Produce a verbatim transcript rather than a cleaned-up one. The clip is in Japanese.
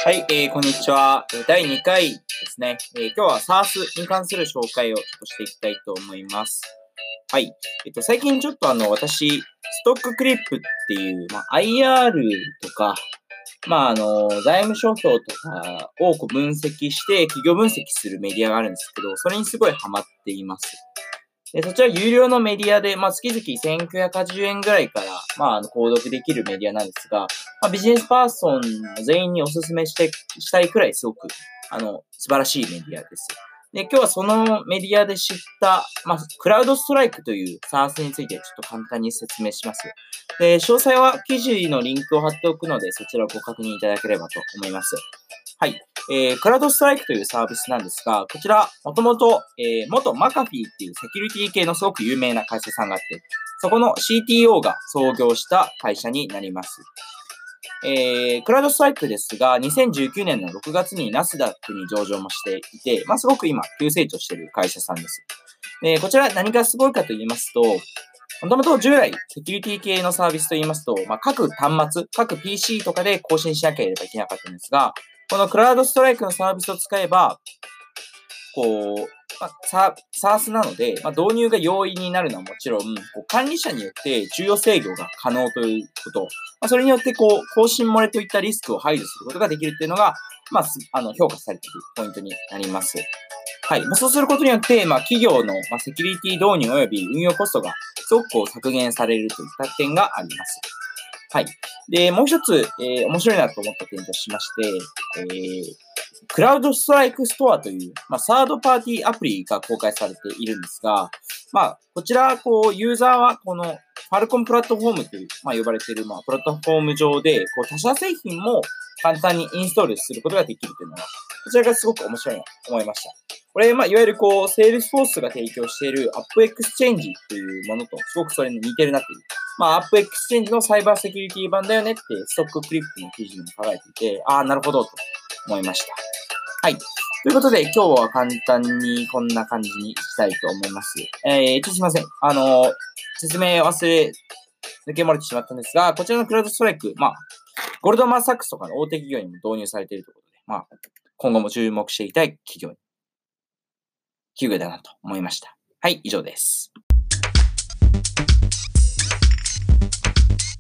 はい、えー、こんにちは。えーだいにかいですね。えー今日は SaaS に関する紹介をちょっとしていきたいと思います。はい。えっと、最近ちょっとあの、私、ストッククリップっていう、まあ、アイアール とか、まあ、あの、財務諸表とかをこう分析して、企業分析するメディアがあるんですけど、それにすごいハマっています。で、そちら有料のメディアで、まあ、月々せんきゅうひゃくはちじゅうえんぐらいから、まあ、あの、購読できるメディアなんですが、まあ、ビジネスパーソン全員にお勧めして、したいくらいすごく、あの、素晴らしいメディアです。で、今日はそのメディアで知った、まあ、クラウドストライクという SaaS についてちょっと簡単に説明します。で、詳細は記事のリンクを貼っておくので、そちらをご確認いただければと思います。はい。えー、クラウドストライクというサービスなんですが、こちら、もともと、えー、元マカフィーっていうセキュリティ系のすごく有名な会社さんがあって、そこの シーティーオー が創業した会社になります。えー、クラウドストライクですが、にせんじゅうきゅうねんのろくがつにナスダックに上場もしていて、まあ、すごく今、急成長している会社さんです。で、こちら何がすごいかと言いますと、もともと従来、セキュリティ系のサービスと言いますと、まあ、各端末、各 ピーシー とかで更新しなければいけなかったんですが、このクラウドストライクのサービスを使えば、こう、まあ、サー SaaS なので、まあ、導入が容易になるのはもちろん、こう管理者によって重要制御が可能ということ、まあ、それによってこう更新漏れといったリスクを排除することができるっていうのが、まあ、すあの評価されているポイントになります。はい。まあ、そうすることによって、まあ、企業の、まあ、セキュリティ導入及び運用コストがすごくこう削減されるといった点があります。はい。で、もう一つ、えー面白いなと思った点としまして、えークラウドストライクストアという、まあ、サードパーティーアプリが公開されているんですが、まあ、こちら、こう、ユーザーは、この、ファルコンプラットフォームという、まあ、呼ばれている、まあ、プラットフォーム上で、こう、他社製品も簡単にインストールすることができるというのは、こちらがすごく面白いなと思いました。これ、まあ、いわゆる、こう、セールスフォースが提供しているアップエクスチェンジというものと、すごくそれに似てるなっていう。まあ、アップエクスチェンジのサイバーセキュリティ版だよねって、ストッククリップの記事にも書かれていて、ああ、なるほど、と思いました。はい。ということで、今日は簡単にこんな感じにしたいと思います。えー、ちょっとすいません。あのー説明忘れ、抜け漏れてしまったんですが、こちらのクラウドストライク、まあ、ゴールドマンサックスとかの大手企業にも導入されているということで、まあ、今後も注目していきたい企業、企業だなと思いました。はい、以上です。